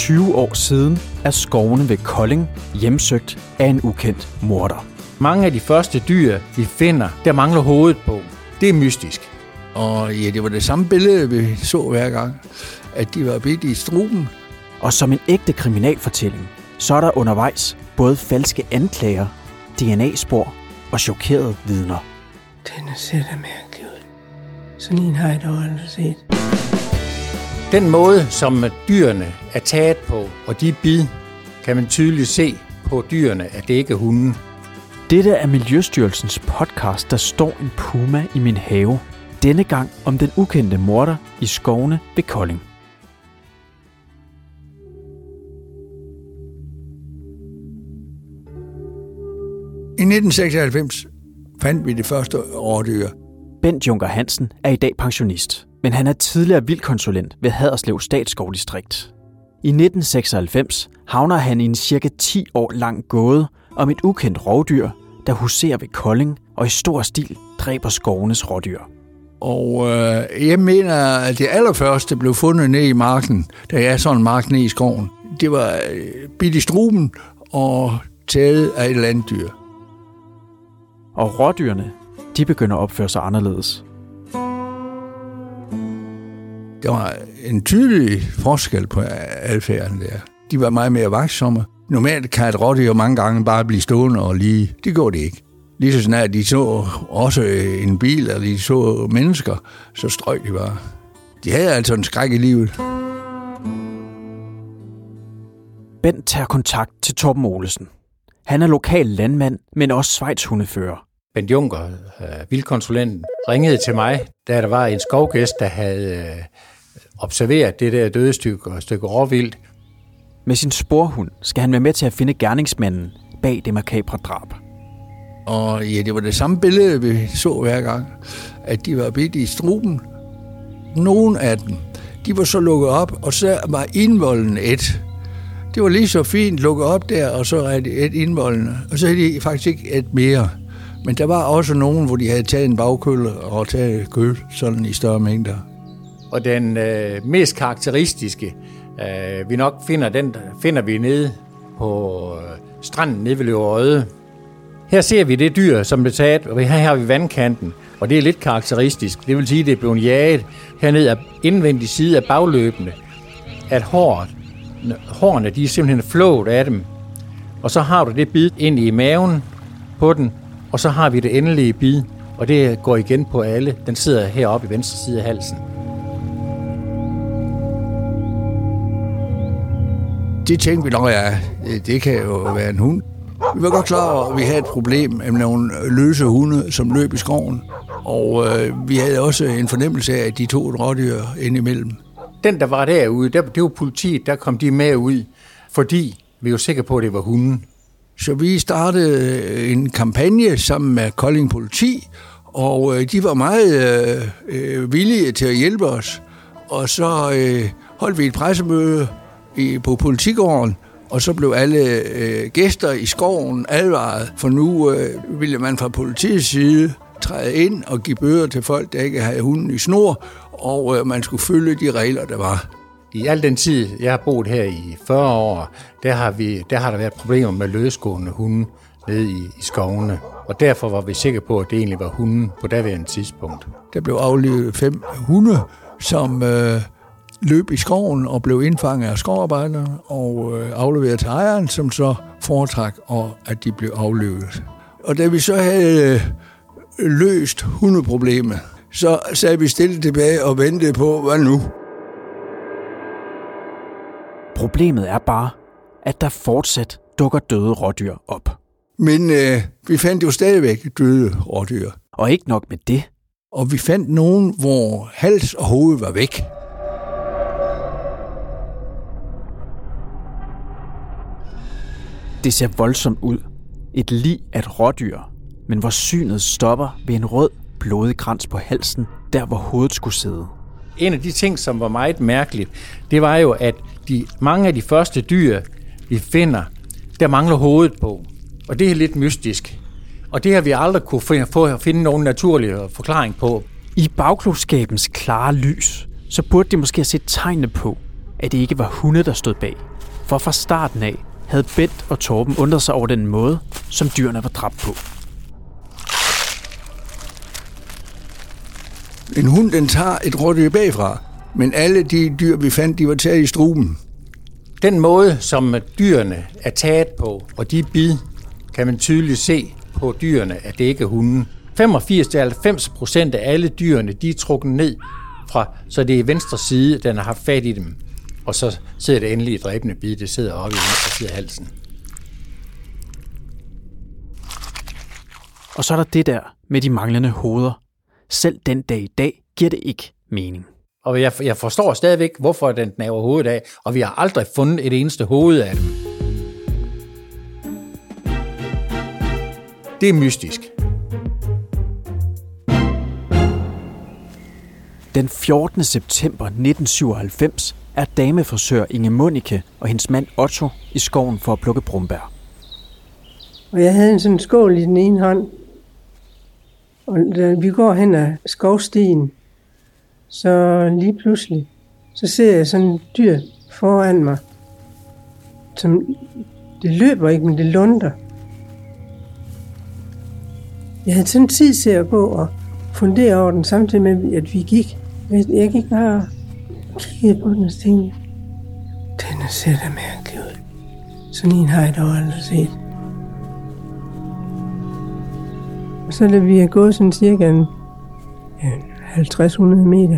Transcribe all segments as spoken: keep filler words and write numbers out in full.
tyve år siden er skovene ved Kolding hjemsøgt af en ukendt morder. Mange af de første dyr, vi finder, der mangler hovedet på. Det er mystisk. Og ja, det var det samme billede, vi så hver gang, at de var bidt i struben. Og som en ægte kriminalfortælling, så er der undervejs både falske anklager, D N A-spor og chokerede vidner. Den ser da mærkelig ud. Sådan en har jeg dog aldrig set. Den måde, som dyrene er taget på, og de bid, kan man tydeligt se på dyrene, at det ikke er hunden. Dette er Miljøstyrelsens podcast, Der står en puma i min have. Denne gang om den ukendte morder i skovene ved Kolding. I nitten seksoghalvfems fandt vi det første rådyr. Bent Junker Hansen er i dag pensionist, men han er tidligere vildkonsulent ved Haderslev Statsskovdistrikt. I nitten seksoghalvfems havner han i en cirka ti år lang gåde om et ukendt rovdyr, der huserer ved Kolding og i stor stil dræber skovenes rådyr. Og øh, jeg mener, at det allerførste blev fundet ned i marken, da jeg er sådan en mark ned i skoven. Det var øh, bidt i struben og taget af et eller andet dyr. Og rådyrene, de begynder at opføre sig anderledes. Der var en tydelig forskel på adfærden der. De var meget mere vaksomme. Normalt kan et rådyr mange gange bare blive stående og lige. Det går det ikke. Lige så snart de så også en bil, eller de så mennesker, så strøg de bare. De havde altså en skræk i livet. Bent tager kontakt til Torben Olesen. Han er lokal landmand, men også schweizhundefører. Bent Junker, øh, vildkonsulenten, ringede til mig, da der var en skovgæst, der havde øh, observeret det der døde stykke, stykke råvildt. Med sin sporhund skal han være med til at finde gerningsmanden bag det makabre drab. Og ja, det var det samme billede, vi så hver gang, at de var bidt i struben. Nogle af dem, de var så lukket op, og så var indvolden et. Det var lige så fint lukket op der, og så er det et indvoldende. Og så havde de faktisk ikke et mere. Men der var også nogen, hvor de havde taget en bagkølle og taget køl sådan i større mængder. Og den øh, mest karakteristiske, øh, vi nok finder, den finder vi nede på øh, stranden nede ved Løverøde. Her ser vi det dyr, som blev taget, og her har vi vandkanten, og det er lidt karakteristisk. Det vil sige, at det er blevet jaget hernede af indvendig side af bagløbene, at håret, hårene de er simpelthen flået af dem. Og så har du det bid ind i maven på den, og så har vi det endelige bid, og det går igen på alle. Den sidder heroppe i venstre side af halsen. Det tænkte vi, når ja, det kan jo være en hund. Vi var godt klar over, at vi havde et problem med nogle løse hunde, som løb i skoven. Og øh, vi havde også en fornemmelse af, at de tog et rådyr indimellem. Den, der var derude, der, det var politiet, der kom de med ud, fordi vi var sikre på, at det var hunden. Så vi startede en kampagne sammen med Kolding Politi, og øh, de var meget øh, villige til at hjælpe os. Og så øh, holdt vi et pressemøde i, på politigården, og så blev alle øh, gæster i skoven advaret, for nu øh, ville man fra politiets side træde ind og give bøder til folk, der ikke havde hunden i snor, og øh, man skulle følge de regler, der var. I al den tid, jeg har boet her i fyrre år, der har, vi, der har der været problemer med løsgående hunde nede i, i skovene. Og derfor var vi sikre på, at det egentlig var hunden på daværende tidspunkt. Der blev aflivet fem hunde, som øh, løb i skoven og blev indfanget af skovarbejderne og øh, afleveret til ejeren, som så foretrak, og at de blev aflivet. Og da vi så havde øh, løst hundeproblemet, så sad vi stille tilbage og ventede på, hvad nu? Problemet er bare, at der fortsat dukker døde rådyr op. Men øh, vi fandt jo stadigvæk døde rådyr. Og ikke nok med det. Og vi fandt nogen, hvor hals og hoved var væk. Det ser voldsomt ud. Et lig af et rådyr, men hvor synet stopper ved en rød, blodig krans på halsen, der hvor hovedet skulle sidde. En af de ting, som var meget mærkeligt, det var jo, at de, mange af de første dyr, vi finder, der mangler hovedet på. Og det er lidt mystisk. Og det har vi aldrig kunne få at finde nogen naturlig forklaring på. I bagklogskabens klare lys, så burde de måske have set tegnene på, at det ikke var hunde, der stod bag. For fra starten af havde Bent og Torben undret sig over den måde, som dyrene var dræbt på. En hund, den tager et rådyr bagfra, men alle de dyr, vi fandt, de var taget i struben. Den måde, som dyrene er taget på, og de bid, kan man tydeligt se på dyrene, at det ikke er hunden. femogfirs til halvfems procent af alle dyrene, de er trukket ned fra, så det er venstre side, den har haft fat i dem. Og så sidder det endelig i dræbende bid, det sidder oppe i venstre side af halsen. Og så er der det der med de manglende hoveder. Selv den dag i dag giver det ikke mening. Og jeg, jeg forstår stadigvæk, hvorfor den knaver hovedet af, og vi har aldrig fundet et eneste hoved af dem. Det er mystisk. Den fjortende september nitten syvoghalvfems er damefrisør Inge Munike og hendes mand Otto i skoven for at plukke brombær. Og jeg havde en sådan skål i den ene hånd. Og da vi går hen ad skovstien, så lige pludselig, så ser jeg sådan et dyr foran mig, som det løber ikke, men det lunder. Jeg havde sådan tid til at gå og fundere over den, samtidig med, at vi gik. Jeg gik bare og kiggede på den og tænkte, den ser da mærkelig ud. Sådan en har jeg dog aldrig set. Og så da vi er gået sådan cirka en, ja, halvtreds hundrede meter,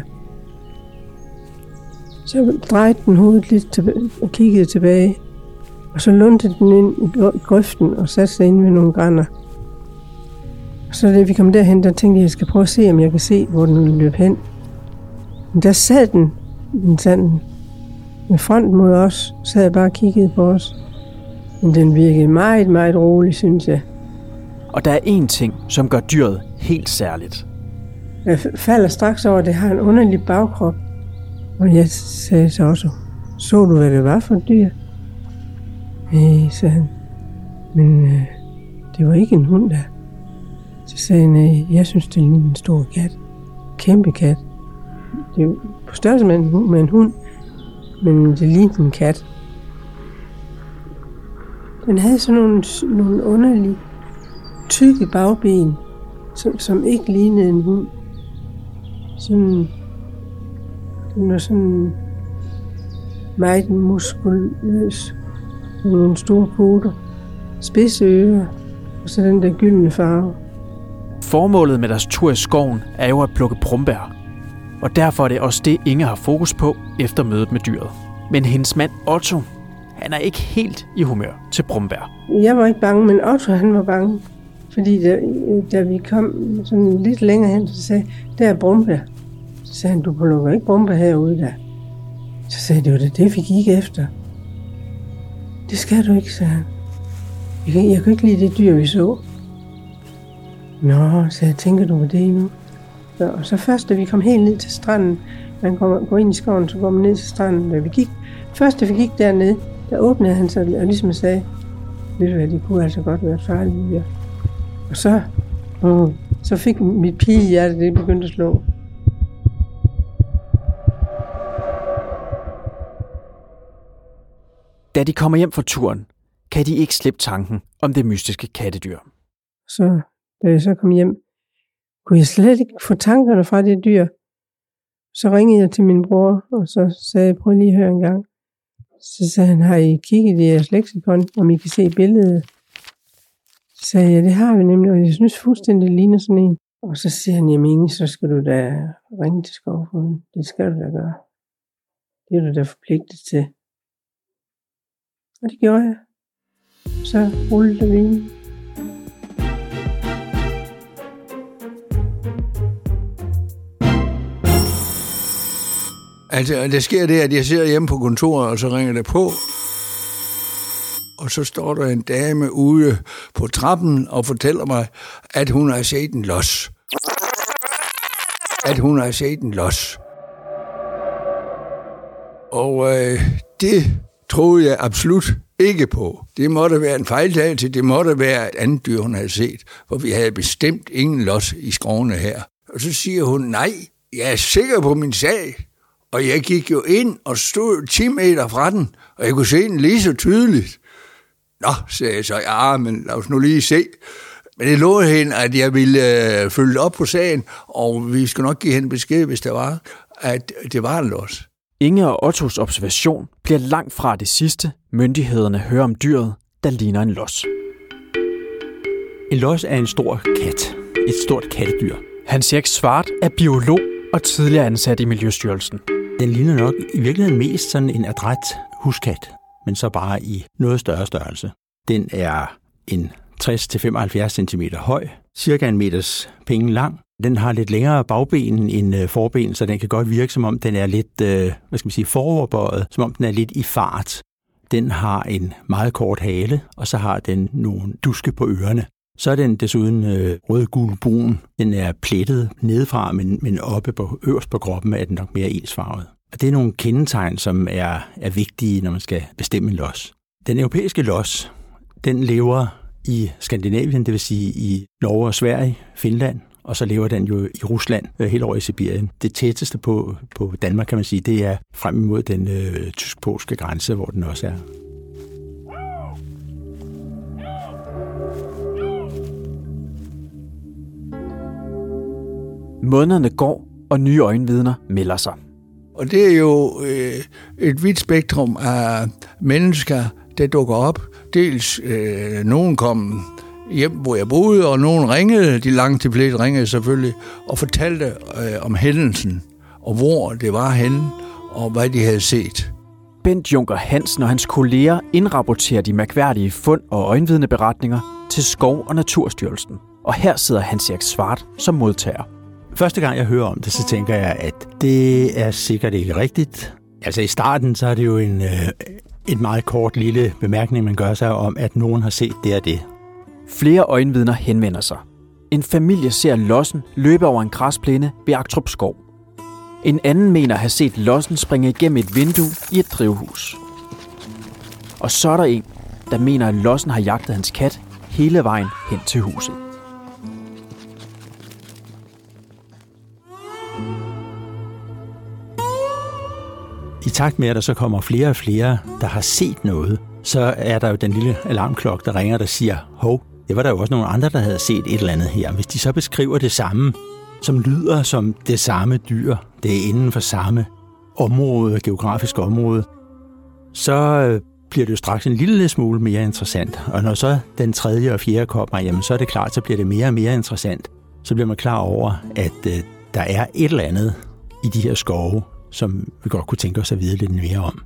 så drejede den hovedet lidt tilbage, og kiggede tilbage. Og så lundede den ind i grøften og satte sig ind ved nogle grænder. Og så da vi kom derhen, der tænkte jeg, at jeg skal prøve at se, om jeg kan se, hvor den løb hen. Men der sad den, den sådan med front mod os, sad jeg bare og kiggede på os. Men den virkede meget, meget rolig, synes jeg. Og der er én ting, som gør dyret helt særligt. Jeg falder straks over, at det har en underlig bagkrop. Og jeg sagde så også, så du, hvad det var for et dyr? Nej, sagde han. Men øh, det var ikke en hund der. Så sagde han, øh, jeg synes, det lignede en stor kat. Kæmpe kat. Det er på størrelse med en, med en hund, men det lignede en kat. Den havde sådan nogle, nogle underlige, tykke bagben, som, som ikke lignede en hund. Sådan, den var sådan meget muskuløs, med nogle store poter, spidse ører, og så den der gyldne farve. Formålet med deres tur i skoven er jo at plukke brombær. Og derfor er det også det, Inge har fokus på efter mødet med dyret. Men hendes mand Otto, han er ikke helt i humør til brombær. Jeg var ikke bange, men Otto han var bange. Fordi da, da vi kom sådan lidt længere hen, så sagde jeg, der er brombær. Så sagde han, du plukker ikke brombær herude der. Så sagde jeg, det var det, det vi gik efter. Det skal du ikke, sagde han. Jeg kan, jeg kan ikke lide det dyr, vi så. Nå, så jeg tænker du på det endnu? Så, og så først, da vi kom helt ned til stranden, man går, går ind i skoven, så går man ned til stranden. Da vi gik, først da vi gik dernede, der åbnede han sig, og ligesom sagde, ved du hvad, det kunne altså godt være farligt dyr. Og så, øh, så fik mit pigehjerte, det begyndte at slå. Da de kommer hjem fra turen, kan de ikke slippe tanken om det mystiske kattedyr. Så da jeg så kom hjem, kunne jeg slet ikke få tankerne fra det dyr. Så ringede jeg til min bror, og så sagde jeg, prøv lige at høre en gang. Så sagde han, har I kigget i jeres leksikon, om I kan se billedet? Så sagde jeg, det har vi nemlig, og jeg synes fuldstændig, det ligner sådan en. Og så siger han, jamen Inge, så skal du da ringe til skovfogeden. Det skal du da gøre. Det er du da forpligtet til. Og det gjorde jeg. Så rullede vi ind. Altså, det sker det, at jeg sidder hjemme på kontoret, og så ringer det på. Og så står der en dame ude på trappen og fortæller mig, at hun har set en los. At hun har set en los. Og øh, det troede jeg absolut ikke på. Det måtte være en fejltagelse, det måtte være et andet dyr, hun havde set, for vi havde bestemt ingen los i skovene her. Og så siger hun, nej, jeg er sikker på min sag. Og jeg gik jo ind og stod ti meter fra den, og jeg kunne se den lige så tydeligt. Nå, sagde jeg så, ja, men lad os nu lige se. Men det lovede hende, at jeg ville øh, følge op på sagen, og vi skulle nok give hende besked, hvis der var, at det var en los. Inge og Ottos observation bliver langt fra det sidste, myndighederne hører om dyret, der ligner en los. En los er en stor kat. Et stort kattedyr. Hans Erik Svart er biolog og tidligere ansat i Miljøstyrelsen. Den ligner nok i virkeligheden mest sådan en adræt huskat, men så bare i noget større størrelse. Den er en tres til femoghalvfjerds centimeter høj, cirka en meters penge lang. Den har lidt længere bagben end forben, så den kan godt virke, som om den er lidt, øh, hvad skal man sige, foroverbøjet, som om den er lidt i fart. Den har en meget kort hale, og så har den nogle duske på ørerne. Så er den desuden øh, rød-gul-brun. Den er plettet nedefra, men, men oppe på øverst på kroppen er den nok mere ensfarvet. Og det er nogle kendetegn, som er, er vigtige, når man skal bestemme en los. Den europæiske los, den lever i Skandinavien, det vil sige i Norge og Sverige, Finland, og så lever den jo i Rusland, øh, helt over i Sibirien. Det tætteste på, på Danmark, kan man sige, det er frem imod den øh, tysk-polske grænse, hvor den også er. Månederne går, og nye øjenvidner melder sig. Og det er jo øh, et vidt spektrum af mennesker, der dukker op. Dels øh, nogen kom hjem, hvor jeg boede, og nogen ringede, de langt til flest ringede selvfølgelig, og fortalte øh, om hændelsen, og hvor det var henne, og hvad de havde set. Bent Junker Hansen og hans kolleger indrapporterer de mærkværdige fund og øjenvidneberetninger til Skov- og Naturstyrelsen. Og her sidder Hans Erik Svart som modtager. Første gang jeg hører om det, så tænker jeg, at det er sikkert ikke rigtigt. Altså i starten, så er det jo en, øh, et meget kort lille bemærkning, man gør sig om, at nogen har set det og det. Flere øjenvidner henvender sig. En familie ser lossen løbe over en græsplæne ved Agtrup Skov. En anden mener at have set lossen springe igennem et vindue i et drivhus. Og så er der en, der mener, at lossen har jagtet hans kat hele vejen hen til huset. I takt med, at der så kommer flere og flere, der har set noget, så er der jo den lille alarmklokke, der ringer, der siger, hov, det var der jo også nogle andre, der havde set et eller andet her. Hvis de så beskriver det samme, som lyder som det samme dyr, det er inden for samme område, geografisk område, så bliver det jo straks en lille smule mere interessant. Og når så den tredje og fjerde kommer, jamen så er det klart, så bliver det mere og mere interessant. Så bliver man klar over, at øh, der er et eller andet i de her skove, som vi godt kunne tænke os at vide lidt mere om.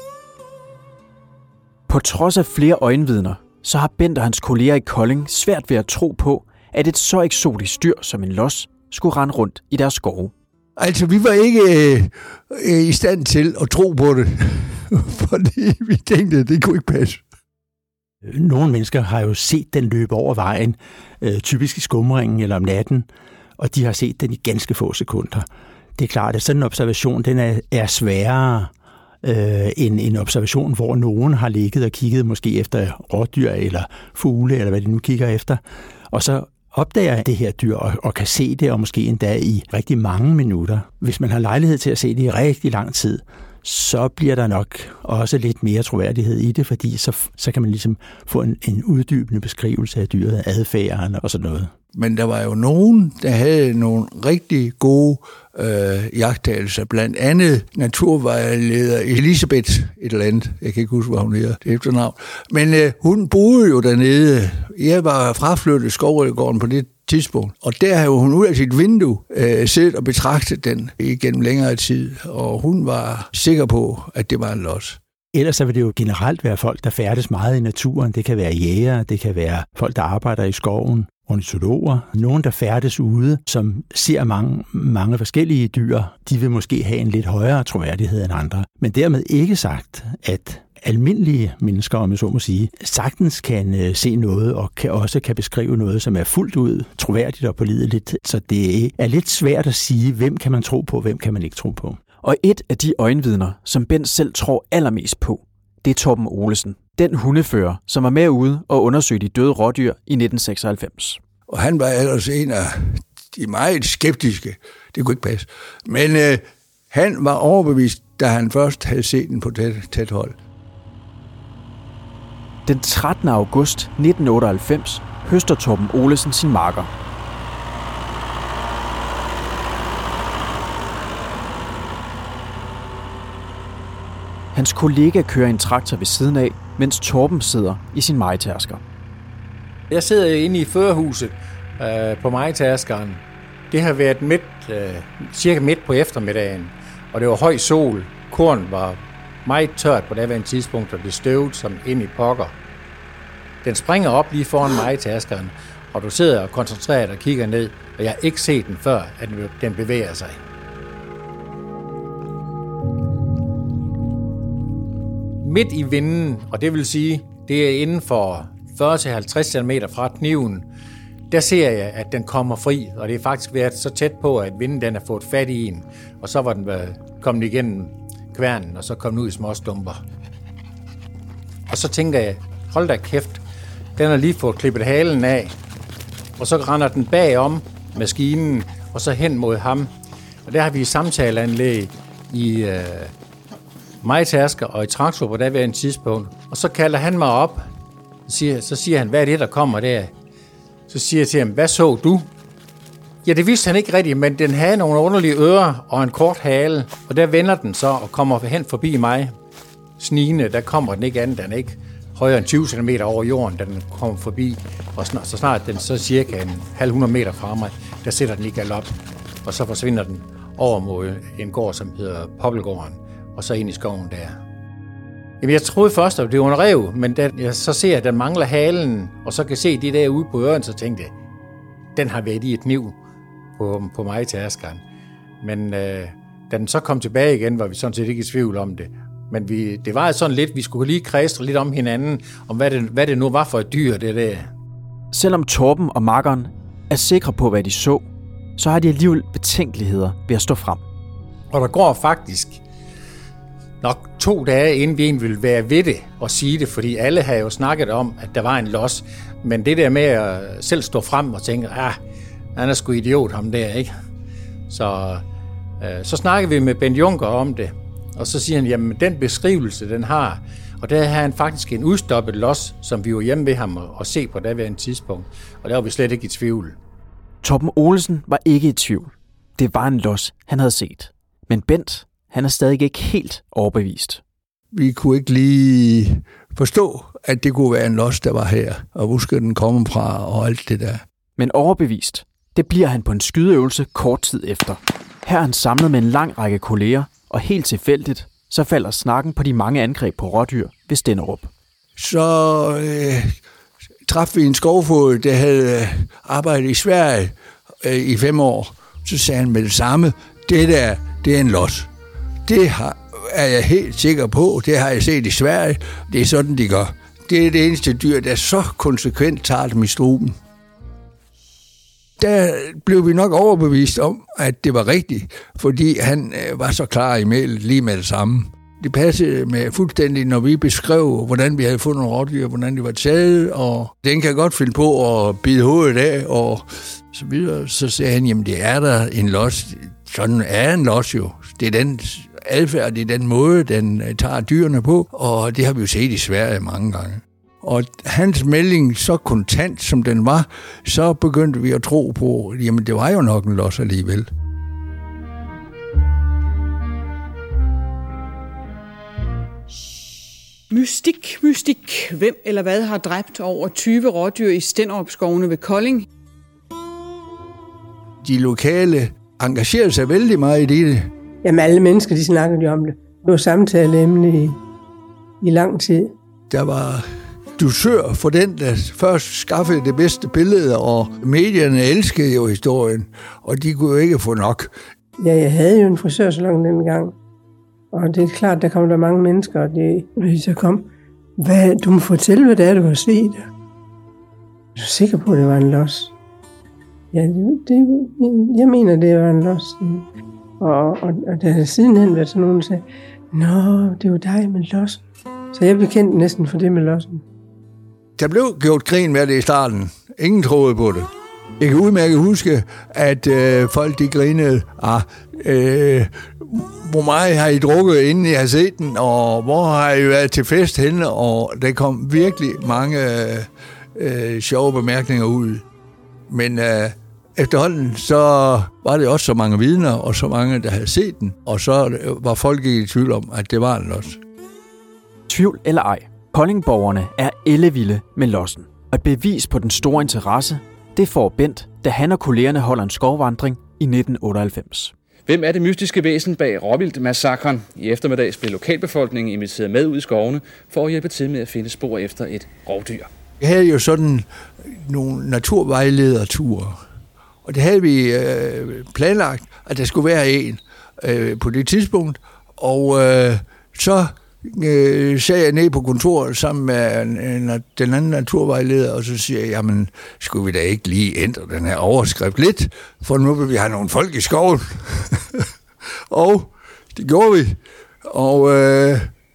På trods af flere øjenvidner, så har Bent og hans kolleger i Kolding svært ved at tro på, at et så eksotisk dyr som en los skulle rende rundt i deres skove. Altså, vi var ikke øh, i stand til at tro på det, fordi vi tænkte, at det kunne ikke passe. Nogle mennesker har jo set den løbe over vejen, øh, typisk i skumringen eller om natten, og de har set den i ganske få sekunder. Det er klart, at sådan en observation den er, er sværere øh, end en observation, hvor nogen har ligget og kigget måske efter rådyr eller fugle, eller hvad de nu kigger efter, og så opdager det her dyr og, og kan se det, og måske endda i rigtig mange minutter. Hvis man har lejlighed til at se det i rigtig lang tid, så bliver der nok også lidt mere troværdighed i det, fordi så, så kan man ligesom få en, en uddybende beskrivelse af dyret, adfærden og sådan noget. Men der var jo nogen, der havde nogle rigtig gode øh, jagttagelser. Blandt andet naturvejleder Elisabeth et eller andet. Jeg kan ikke huske, hvad hun hedder det efternavn. Men øh, hun boede jo dernede. Jeg var fraflyttet Skovridergården på det tidspunkt. Og der havde hun ud af sit vindue øh, siddet og betragtet den igennem længere tid. Og hun var sikker på, at det var en los. Ellers så vil det jo generelt være folk, der færdes meget i naturen. Det kan være jægere, det kan være folk, der arbejder i skoven, ornitologer, nogen, der færdes ude, som ser mange, mange forskellige dyr. De vil måske have en lidt højere troværdighed end andre. Men dermed ikke sagt, at almindelige mennesker, om jeg så må sige, sagtens kan uh, se noget og kan også kan beskrive noget, som er fuldt ud troværdigt og pålideligt. Så det er lidt svært at sige, hvem kan man tro på, hvem kan man ikke tro på. Og et af de øjenvidner, som Bent selv tror allermest på, det er Torben Olesen. Den hundefører, som var med ude og undersøgte de døde rådyr i nitten seksoghalvfems. Og han var ellers en af de meget skeptiske. Det kunne ikke passe. Men øh, Han var overbevist, da han først havde set den på tæt, tæt hold. Den trettende august nitten otteoghalvfems høster Torben Olesen sin marker. Hans kollega kører en traktor ved siden af, mens Torben sidder i sin mejetærsker. Jeg sidder inde i førerhuset øh, på mejetærskeren. Det har været midt, øh, cirka midt på eftermiddagen, og det var høj sol. Korn var meget tørt på daværende tidspunkt, og det støvede som ind i pokker. Den springer op lige foran mejetærskeren, og du sidder og koncentrerer dig og kigger ned, og jeg har ikke set den før, at den bevæger sig. Midt i vinden, og det vil sige, det er inden for fyrre til halvtreds centimeter fra kniven, der ser jeg, at den kommer fri, og det er faktisk været så tæt på, at vinden den har fået fat i en, og så var den kommet igennem kværnen, og så kom den ud i små stumper. Og så tænker jeg, hold da kæft, den har lige fået klippet halen af, og så render den bagom maskinen, og så hen mod ham. Og der har vi samtaleanlæg i øh, mejetærsker og i traktor på daværende tidspunkt. Og så kalder han mig op, og siger, så siger han, hvad er det, der kommer der? Så siger jeg til ham, hvad så du? Ja, det vidste han ikke rigtigt, men den havde nogle underlige ører og en kort hale, og der vender den så og kommer hen forbi mig. Snigende, der kommer den ikke anden, den er ikke højere end tyve centimeter over jorden, da den kommer forbi, og snart, så snart den så cirka en halv hundrede meter fra mig, der sætter den i galop, og så forsvinder den over mod en gård, som hedder Poppelgården, og så ind i skoven der. Jamen, jeg troede først, at det var en ræv, men da jeg så ser, at den mangler halen, og så kan se de der ude på øren, så tænkte jeg, den har været i et kniv på, på mig til askeren. Men øh, da den så kom tilbage igen, var vi sådan set ikke i tvivl om det. Men vi, det var sådan lidt, vi skulle lige kredse lidt om hinanden, om hvad det, hvad det nu var for et dyr, det der. Selvom Torben og makkeren er sikre på, hvad de så, så har de alligevel betænkeligheder ved at stå frem. Og der går faktisk nok to dage, inden vi egentlig ville være ved det og sige det, fordi alle havde jo snakket om, at der var en los. Men det der med at selv stå frem og tænke, ah, han er sgu idiot ham der, ikke? Så, øh, så snakkede vi med Bent Juncker om det, og så siger han, jamen den beskrivelse, den har, og der havde han faktisk en udstoppet los, som vi var hjemme ved ham og se på daværende tidspunkt, og der var vi slet ikke i tvivl. Torben Olesen var ikke i tvivl. Det var en los, han havde set. Men Bent, han er stadig ikke helt overbevist. Vi kunne ikke lige forstå, at det kunne være en los, der var her, og hvor skal den komme fra, og alt det der. Men overbevist, det bliver han på en skydeøvelse kort tid efter. Her er han samlet med en lang række kolleger, og helt tilfældigt, så falder snakken på de mange angreb på rådyr ved Stenderup. Så øh, traf vi en skovfoged, der havde arbejdet i Sverige øh, i fem år. Så sagde han med det samme, det der, det er en los. Det har, er jeg helt sikker på, det har jeg set i Sverige, det er sådan, de gør. Det er det eneste dyr, der så konsekvent tager dem i struben. Der blev vi nok overbevist om, at det var rigtigt, fordi han øh, var så klar i mailet lige med det samme. Det passede med fuldstændig, når vi beskrev, hvordan vi havde fundet rådyr, hvordan de var taget, og den kan godt finde på at bide hovedet af, og så videre. Så sagde han, jamen det er der en los. Sådan er en los jo. Det er den adfærd, det er den måde, den tager dyrene på, og det har vi jo set i Sverige mange gange. Og hans melding, så kontant som den var, så begyndte vi at tro på, jamen det var jo nok en los alligevel. Mystik, mystik. Hvem eller hvad har dræbt over tyve rådyr i Stenderup-skovene ved Kolding? De lokale engagerede sig vældig meget i det. Jamen alle mennesker, de snakkede jo om det. Det var samtaleemne i, i lang tid. Der var dusør for den, der først skaffede det bedste billede, og medierne elskede jo historien, og de kunne jo ikke få nok. Ja, jeg havde jo en frisørsalon dengang, og det er klart, der kom der mange mennesker, og det, når de så kom, hvad, du må fortælle, hvad det er, du har set. Er du sikker på, at det var en los? Ja, det, det, jeg mener, det var en los. Og, og, og der havde sidenhen været sådan nogen, der sagde, nå, det var dig med lossen. Så jeg blev kendt næsten for det med lossen. Der blev gjort grin med det i starten. Ingen troede på det. Jeg kan udmærket huske, at øh, folk de grinede. Ah, øh, hvor meget har I drukket, inden I har set den, og hvor har I været til fest henne, og der kom virkelig mange øh, sjove bemærkninger ud. Men øh, efterhånden, så var det også så mange vidner, og så mange, der havde set den, og så var folk ikke i tvivl om, at det var en los. Tvivl eller ej, Koldingborgerne er ellevilde med lossen. Og et bevis på den store interesse, det får Bent, da han og kollegerne holder en skovvandring i nitten otteoghalvfems. Hvem er det mystiske væsen bag Råvildt-massakren? I eftermiddags blev lokalbefolkningen inviteret med ud i skovene for at hjælpe til med at finde spor efter et rovdyr. Vi havde jo sådan nogle naturvejlederture, og det havde vi øh, planlagt, at der skulle være en øh, på det tidspunkt, og øh, så øh, sagde jeg ned på kontoret sammen med en, en, den anden naturvejleder, og så siger jeg, jamen, skulle vi da ikke lige ændre den her overskrift lidt, for nu vil vi have nogle folk i skoven. Og det gjorde vi, og øh,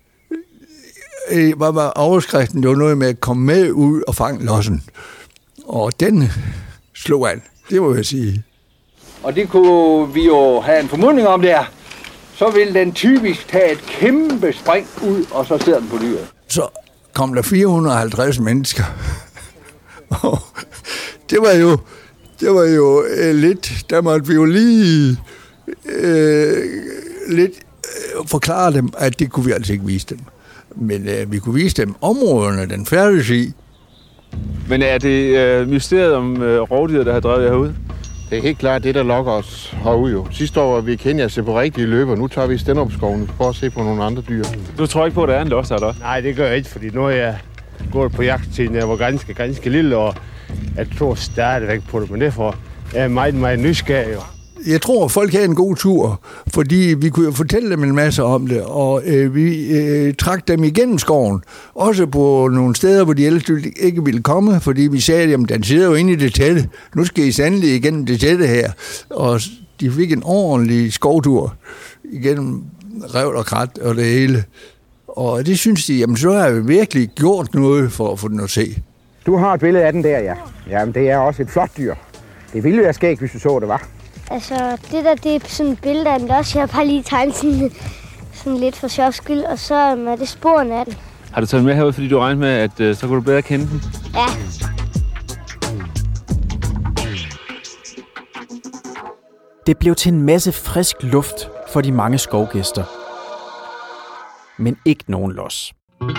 hvad var overskriften? Det var noget med at komme med ud og fange lossen. Og den slog an, det må jeg sige. Og det kunne vi jo have en formodning om der. Så vil den typisk tage et kæmpe spring ud, og så sidder den på dyret. Så kom der fire hundrede og halvtreds mennesker. Og det var jo, det var jo øh, lidt, der måtte vi jo lige øh, lidt øh, forklare dem, at det kunne vi altså ikke vise dem. Men øh, vi kunne vise dem områderne, den færdes i. Men er det øh, mysteriet om øh, rovdyret, der har drevet jer herude? Det er helt klart det, der lokker os herude jo. Sidste år var vi i Kenya at se på rigtige løber. Nu tager vi i Stenderup-skoven for at se på nogle andre dyr. Du tror ikke på, at der er en los her, da? Nej, det gør jeg ikke, fordi nu er jeg gået på jagt til, jeg var ganske, ganske lille, og jeg tror stadigvæk på det. Men derfor er jeg meget, meget nysgerrig jo. Jeg tror, folk havde en god tur, fordi vi kunne fortælle dem en masse om det, og øh, vi øh, trak dem igennem skoven. Også på nogle steder, hvor de ellers ikke ville komme, fordi vi sagde, at den sidder jo inde i det tætte. Nu skal I sandelig igennem det tætte her. Og de fik en ordentlig skovtur igennem revl og krat og det hele. Og det synes de, jamen så har vi virkelig gjort noget for at få den at se. Du har et billede af den der, ja. Jamen, det er også et flot dyr. Det ville være skægt, hvis du så det var. Altså, det der, det er sådan et billede af den også. Jeg har bare lige tegnet sådan, sådan lidt for sjov skyld, og så er det sporene af den. Har du taget med herud, fordi du regnede med, at øh, så kunne du bedre kende den? Ja. Det blev til en masse frisk luft for de mange skovgæster. Men ikke nogen los.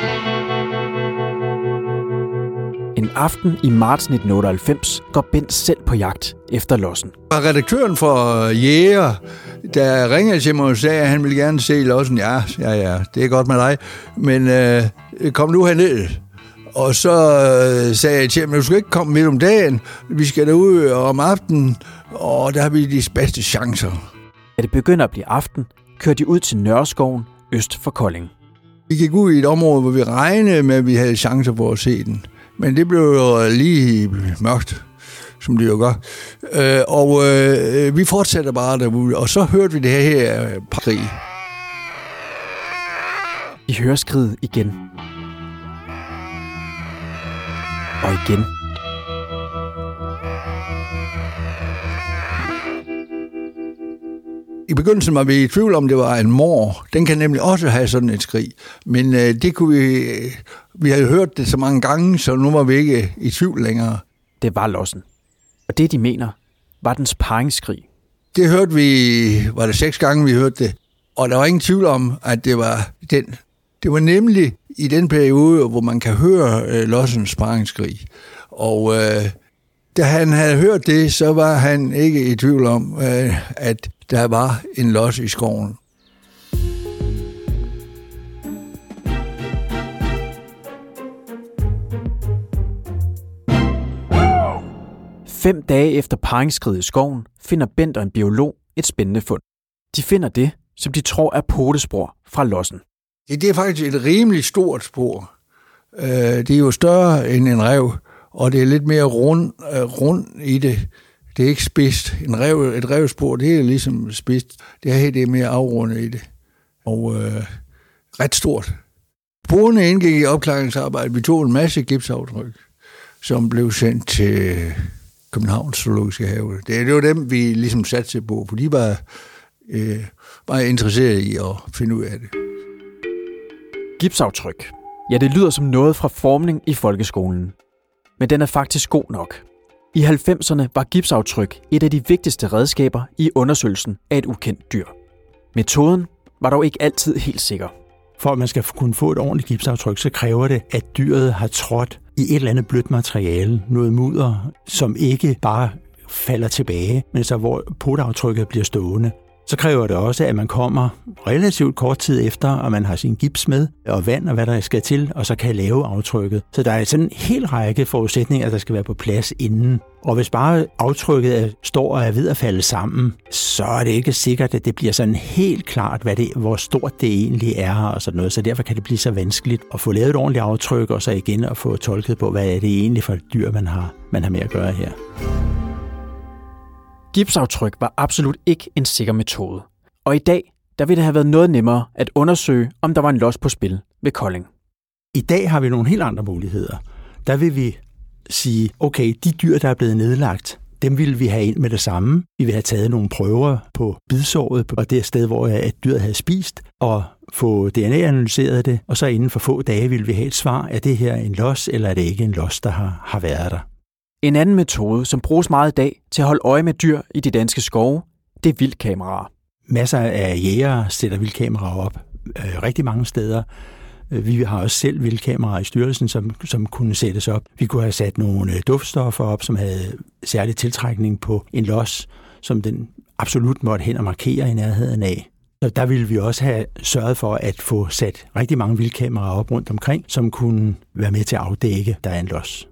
En aften i marts nitten otteoghalvfems går Bent selv på jagt efter lossen. Redaktøren for Jæger, der ringede til mig og sagde, at han ville gerne se lossen. Ja, ja, ja, det er godt med dig, men øh, kom nu herned. Og så øh, sagde jeg til ham, at du skal ikke komme midt om dagen. Vi skal derud om aftenen, og der har vi de bedste chancer. Da det begynder at blive aften, kører de ud til Nørreskoven øst for Kolding. Vi gik ud i et område, hvor vi regnede med, at vi havde chancer for at se den. Men det blev jo lige mørkt, som det jo gør. Øh, og øh, vi fortsætter bare derude, og så hørte vi det her krig. I hører skridet igen. Og igen. I begyndelsen var vi i tvivl om, det var en mor. Den kan nemlig også have sådan et skrig. Men øh, det kunne vi... Vi havde hørt det så mange gange, så nu var vi ikke i tvivl længere. Det var lossen. Og det, de mener, var dens parringsskrig. Det hørte vi... Var det seks gange, vi hørte det. Og der var ingen tvivl om, at det var den. Det var nemlig i den periode, hvor man kan høre øh, lossens parringsskrig. Og øh, da han havde hørt det, så var han ikke i tvivl om, øh, at der var en los i skoven. Fem dage efter parringsskridet i skoven, finder Bent og en biolog et spændende fund. De finder det, som de tror er potespor fra lossen. Det er faktisk et rimelig stort spor. Det er jo større end en ræv, og det er lidt mere rund, rund i det. Det er ikke spidst. En rev, et revspor, det er ligesom spidst. Det her det er mere afrundet i det. Og øh, ret stort. Sporene indgik i opklaringsarbejdet. Vi tog en masse gipsaftryk, som blev sendt til Københavns Zoologiske Have. Det, det var dem, vi ligesom satte sig på, for de var øh, meget interesseret i at finde ud af det. Gipsaftryk. Ja, det lyder som noget fra formning i folkeskolen. Men den er faktisk god nok. I halvfemserne var gipsaftryk et af de vigtigste redskaber i undersøgelsen af et ukendt dyr. Metoden var dog ikke altid helt sikker. For at man skal kunne få et ordentligt gipsaftryk, så kræver det, at dyret har trådt i et eller andet blødt materiale, noget mudder, som ikke bare falder tilbage, men så hvor potaftrykket bliver stående. Så kræver det også, at man kommer relativt kort tid efter, og man har sin gips med, og vand og hvad der skal til, og så kan lave aftrykket. Så der er sådan en hel række forudsætninger, der skal være på plads inden. Og hvis bare aftrykket står og er ved at falde sammen, så er det ikke sikkert, at det bliver sådan helt klart, hvad det, hvor stort det egentlig er og sådan noget. Så derfor kan det blive så vanskeligt at få lavet et ordentligt aftryk, og så igen at få tolket på, hvad er det egentlig for et dyr, man har, man har med at gøre her. Gipsaftryk var absolut ikke en sikker metode. Og i dag, der ville det have været noget nemmere at undersøge, om der var en los på spil ved Kolding. I dag har vi nogle helt andre muligheder. Der vil vi sige, okay, de dyr, der er blevet nedlagt, dem vil vi have ind med det samme. Vi vil have taget nogle prøver på bidsåret og det sted, hvor et dyr havde spist, og få D N A-analyseret det, og så inden for få dage vil vi have et svar, er det her en los, eller er det ikke en los, der har, har været der. En anden metode, som bruges meget i dag til at holde øje med dyr i de danske skove, det er vildkameraer. Masser af jægere sætter vildkameraer op øh, rigtig mange steder. Vi har også selv vildkameraer i styrelsen, som, som kunne sættes op. Vi kunne have sat nogle duftstoffer op, som havde særlig tiltrækning på en los, som den absolut måtte hen og markere i nærheden af. Så der ville vi også have sørget for at få sat rigtig mange vildkameraer op rundt omkring, som kunne være med til at afdække, der er en los.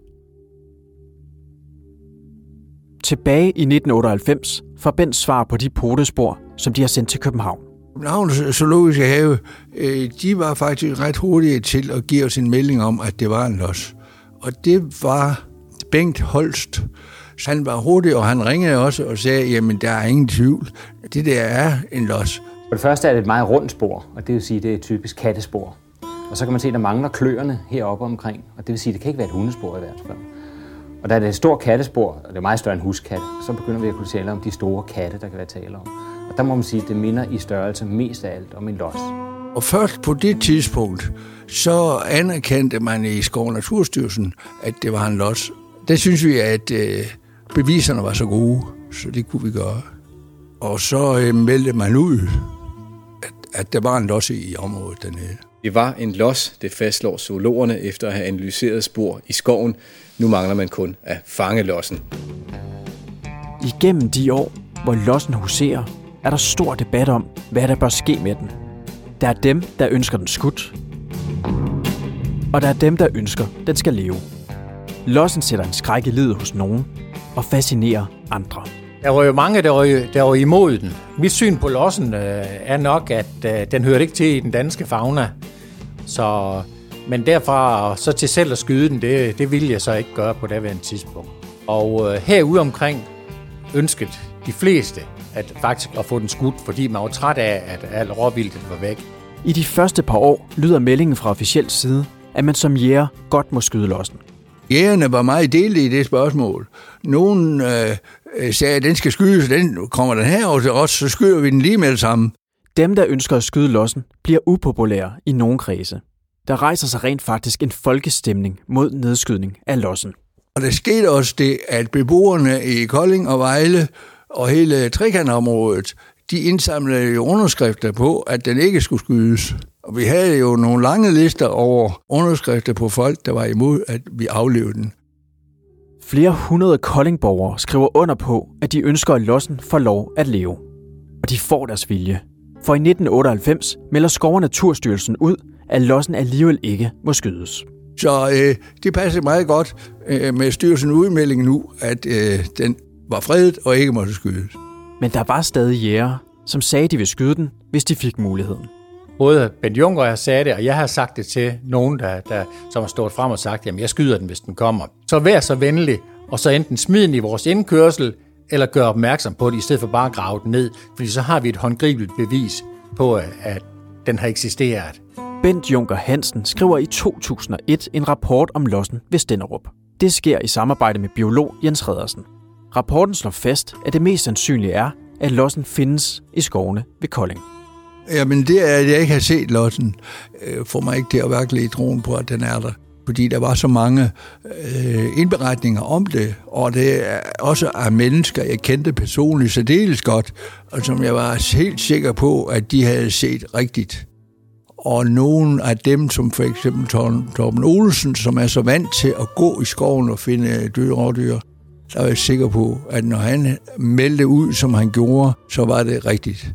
Tilbage i nitten otteoghalvfems får Bent svar på de potespor, som de har sendt til København. Københavns Zoologiske Have, de var faktisk ret hurtige til at give os en melding om, at det var en los. Og det var Bengt Holst. Han var hurtig, og han ringede også og sagde, jamen der er ingen tvivl. Det der er en los. For det første er det et meget rundt spor, og det vil sige, det er et typisk kattespor. Og så kan man se, at der mangler kløerne heroppe omkring, og det vil sige, at det kan ikke være et hundespor i hvert fald. Og da det er et stort kattespor, og det er meget større end huskat, så begynder vi at kunne tale om de store katte, der kan være tale om. Og der må man sige, at det minder i størrelse mest af alt om en los. Og først på det tidspunkt, så anerkendte man i Skov- og Naturstyrelsen, at det var en los. Der synes vi, at øh, beviserne var så gode, så det kunne vi gøre. Og så øh, meldte man ud, at, at der var en los i området dernede. Det var en los, det fastslår zoologerne efter at have analyseret spor i skoven. Nu mangler man kun at fange lossen. Igennem de år, hvor lossen huserer, er der stor debat om, hvad der bør ske med den. Der er dem, der ønsker den skudt, og der er dem, der ønsker, den skal leve. Lossen sætter en skræk i livet hos nogen og fascinerer andre. Der var jo mange, der var, der var imod den. Mit syn på lossen øh, er nok, at øh, den hører ikke til i den danske fauna. Så, men derfra så til selv at skyde den, det, det ville jeg så ikke gøre på daværende tidspunkt. Og øh, herude omkring ønskede de fleste at faktisk at få den skudt, fordi man var træt af, at al råvildtet var væk. I de første par år lyder meldingen fra officiel side, at man som jæger godt må skyde lossen. Jægerne var meget delte i det spørgsmål. Nogen øh, sagde, at den skal skydes, den kommer den herover til os, så skyder vi den lige med det samme. Dem, der ønsker at skyde lossen, bliver upopulære i nogle kredse. Der rejser sig rent faktisk en folkestemning mod nedskydning af lossen. Og der skete også det, at beboerne i Kolding og Vejle og hele trekantområdet, de indsamlede jo underskrifter på, at den ikke skulle skydes. Og vi havde jo nogle lange lister over underskrifter på folk, der var imod, at vi aflevede den. Flere hundrede koldingborgere skriver under på, at de ønsker, at lossen får lov at leve. Og de får deres vilje. For i nitten otteoghalvfems melder Skov- og Naturstyrelsen ud, at lossen alligevel ikke må skydes. Så øh, det passer meget godt øh, med styrelsen udmelding nu, at øh, den var fredet og ikke måtte skydes. Men der var stadig jægere, som sagde, de ville skyde den, hvis de fik muligheden. Både Bent Juncker har sagt det, og jeg har sagt det til nogen, der, der, som har stået frem og sagt, jamen jeg skyder den, hvis den kommer. Så vær så venlig, og så enten smid den i vores indkørsel, eller gør opmærksom på det, i stedet for bare at grave den ned, fordi så har vi et håndgribeligt bevis på, at den har eksisteret. Bent Juncker Hansen skriver i to tusind og et en rapport om lossen ved Stenderup. Det sker i samarbejde med biolog Jens Redersen. Rapporten slår fast, at det mest sandsynlige er, at lossen findes i skovene ved Kolding. Jamen det er, at jeg ikke har set lossen, får mig ikke til at virkelig i troen på, at den er der. Fordi der var så mange øh, indberetninger om det, og det er også af mennesker, jeg kendte personligt særdeles godt, og som jeg var helt sikker på, at de havde set rigtigt. Og nogle af dem, som for eksempel Torben Olsen, som er så vant til at gå i skoven og finde døde rådyr, der var jeg sikker på, at når han meldte ud, som han gjorde, så var det rigtigt.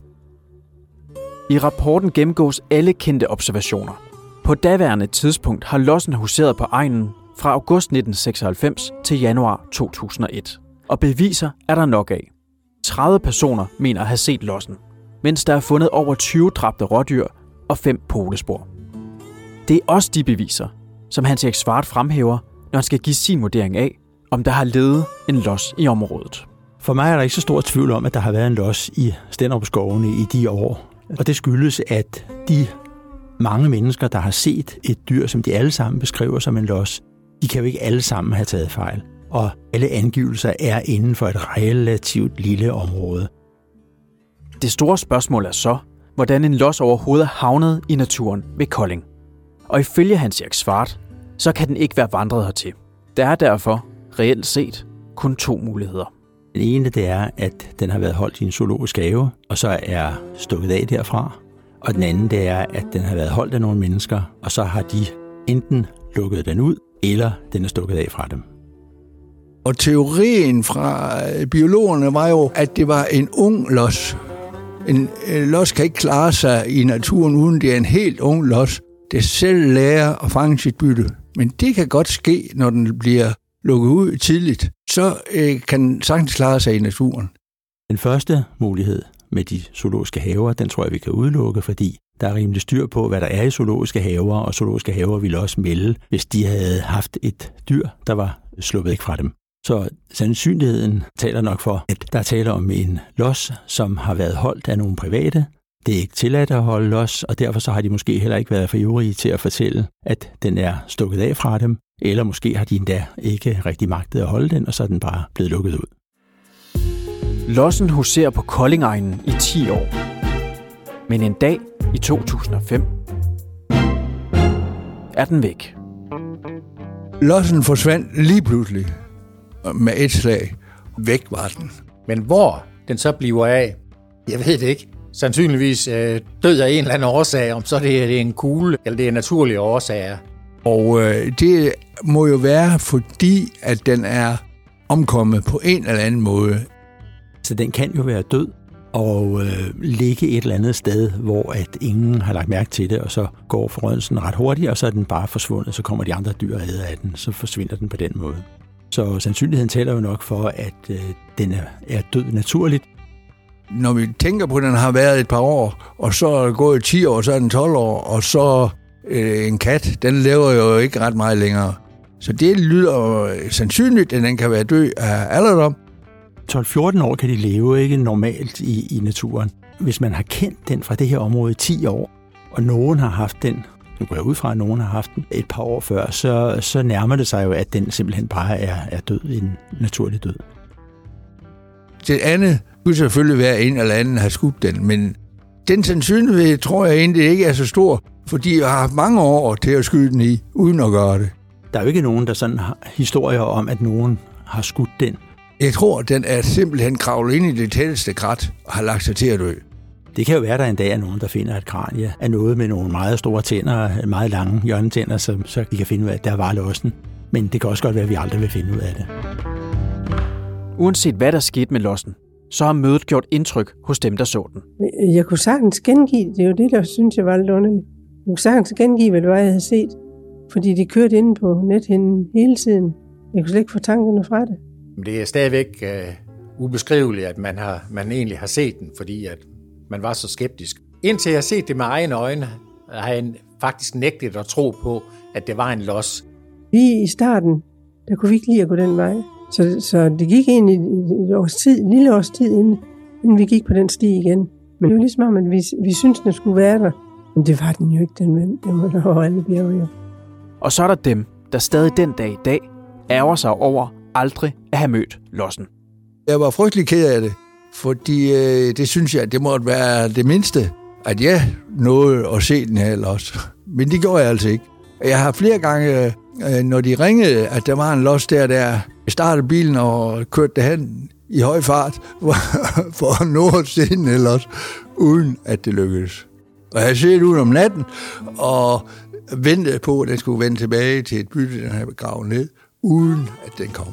I rapporten gennemgås alle kendte observationer. På daværende tidspunkt har lossen huseret på egnen fra august nitten seksoghalvfems til januar to tusind og et. Og beviser er der nok af. tredive personer mener at have set lossen, mens der er fundet over tyve dræbte rådyr og fem polespor. Det er også de beviser, som Hans Erik Svart fremhæver, når han skal give sin vurdering af, om der har levet en los i området. For mig er der ikke så stor tvivl om, at der har været en los i Stenderup-skovene i de år. Og det skyldes, at de mange mennesker, der har set et dyr, som de alle sammen beskriver som en los, de kan jo ikke alle sammen have taget fejl. Og alle angivelser er inden for et relativt lille område. Det store spørgsmål er så, hvordan en los overhovedet havnede i naturen ved Kolding. Og ifølge Hans Erik Svart, så kan den ikke være vandret hertil. Der er derfor, reelt set, kun to muligheder. Den ene, det er, at den har været holdt i en zoologisk have, og så er stukket af derfra. Og den anden, det er, at den har været holdt af nogle mennesker, og så har de enten lukket den ud, eller den er stukket af fra dem. Og teorien fra biologerne var jo, at det var en ung los. En los kan ikke klare sig i naturen, uden det er en helt ung los. Det selv lærer at fange sit bytte. Men det kan godt ske, når den bliver lukket ud tidligt. Så øh, kan den sagtens klare sig i naturen. Den første mulighed med de zoologiske haver, den tror jeg, vi kan udelukke, fordi der er rimelig styr på, hvad der er i zoologiske haver, og zoologiske haver ville også melde, hvis de havde haft et dyr, der var sluppet væk fra dem. Så sandsynligheden taler nok for, at der taler om en los, som har været holdt af nogle private. Det er ikke tilladt at holde los, og derfor så har de måske heller ikke været for ivrige til at fortælle, at den er stukket af fra dem, eller måske har de endda ikke rigtig magtet at holde den, og så er den bare blevet lukket ud. Lossen huserer på Koldingegnen i ti år. Men en dag i to tusind og fem er den væk. Lossen forsvandt lige pludselig med et slag. Væk var den. Men hvor den så bliver af, jeg ved det ikke. Sandsynligvis øh, død af en eller anden årsag, om så det er, det er en kugle, eller det er naturlige årsager. Og øh, det må jo være, fordi at den er omkommet på en eller anden måde. Så den kan jo være død og øh, ligge et eller andet sted, hvor at ingen har lagt mærke til det, og så går forrødelsen ret hurtigt, og så er den bare forsvundet, så kommer de andre dyr og æder af den, så forsvinder den på den måde. Så sandsynligheden taler jo nok for, at øh, den er, er død naturligt. Når vi tænker på, at den har været et par år, og så er det gået ti år, så er den tolv år, og så øh, en kat, den lever jo ikke ret meget længere. Så det lyder sandsynligt, at den kan være død af alderdom. tolv til fjorten år kan de leve ikke normalt i, i naturen. Hvis man har kendt den fra det her område i ti år, og nogen har haft den, nu går jeg ud fra, at nogen har haft den et par år før, så, så nærmer det sig jo, at den simpelthen bare er, er død, en naturlig død. Det andet kunne selvfølgelig være, at en eller anden har skudt den, men den sandsynlighed tror jeg egentlig ikke er så stor, fordi jeg har haft mange år til at skyde den i, uden at gøre det. Der er jo ikke nogen, der sådan har historier om, at nogen har skudt den. Jeg tror, den er simpelthen kravlet ind i det tætteste krat og har lagt sig til at dø. Det kan jo være, at der en dag er nogen, der finder et kranie af noget med nogle meget store tænder, meget lange hjørnetænder, så, så de kan finde ud af, at der var lossen. Men det kan også godt være, at vi aldrig vil finde ud af det. Uanset hvad der skete med lossen, så har mødet gjort indtryk hos dem, der så den. Jeg kunne sagtens gengive, det er jo det, der synes jeg var lidt underligt. Jeg kunne sagtens gengive, hvad det var, jeg havde set. Fordi de kørte inde på nethinden hele tiden. Jeg kunne slet ikke få tankerne fra det. Men det er stadigvæk uh, ubeskriveligt, at man, har, man egentlig har set den, fordi at man var så skeptisk. Indtil jeg har set det med egne øjne, har jeg faktisk nægtet at tro på, at det var en los. Lige i starten, der kunne vi ikke lide at gå den vej. Så, så det gik ind i et års tid, en lille års tid, inden, inden vi gik på den sti igen. Men det var ligesom om, at vi, vi syntes, den skulle være der. Men det var den jo ikke, den vel. Det var der over alle bjerge, jo. Og så er der dem, der stadig den dag i dag ærger sig over aldrig at have mødt lossen. Jeg var frygtelig ked af det, Fordi øh, det synes jeg, det måtte være det mindste, at jeg nåede at se den her los. Men det gjorde jeg altså ikke. Jeg har flere gange, øh, når de ringede, at der var en los der, der jeg startede bilen og kørte derhen i høj fart, for at nå at se den ellers, uden at det lykkedes. Og jeg sidder ud om natten og ventede på, at den skulle vende tilbage til et bytte, den havde begravet ned, uden at den kom.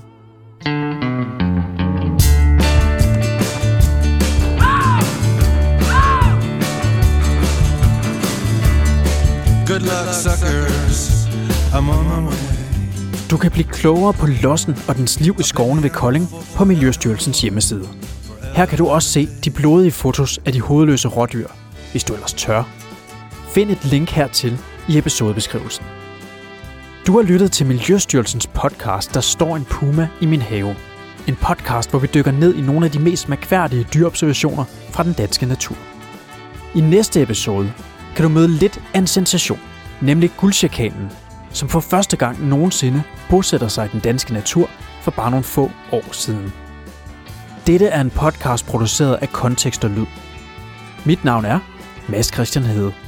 Good luck, suckers. I'm on my way. Du kan blive klogere på lossen og dens liv i skovene ved Kolding på Miljøstyrelsens hjemmeside. Her kan du også se de blodige fotos af de hovedløse rådyr, hvis du ellers tør. Find et link hertil i episodebeskrivelsen. Du har lyttet til Miljøstyrelsens podcast, Der står en puma i min have. En podcast, hvor vi dykker ned i nogle af de mest mærkværdige dyreobservationer fra den danske natur. I næste episode kan du møde lidt af en sensation, nemlig guldsjakanen, som for første gang nogensinde bosætter sig i den danske natur for bare nogle få år siden. Dette er en podcast produceret af Kontekst og Lyd. Mit navn er Mads Christian Hede.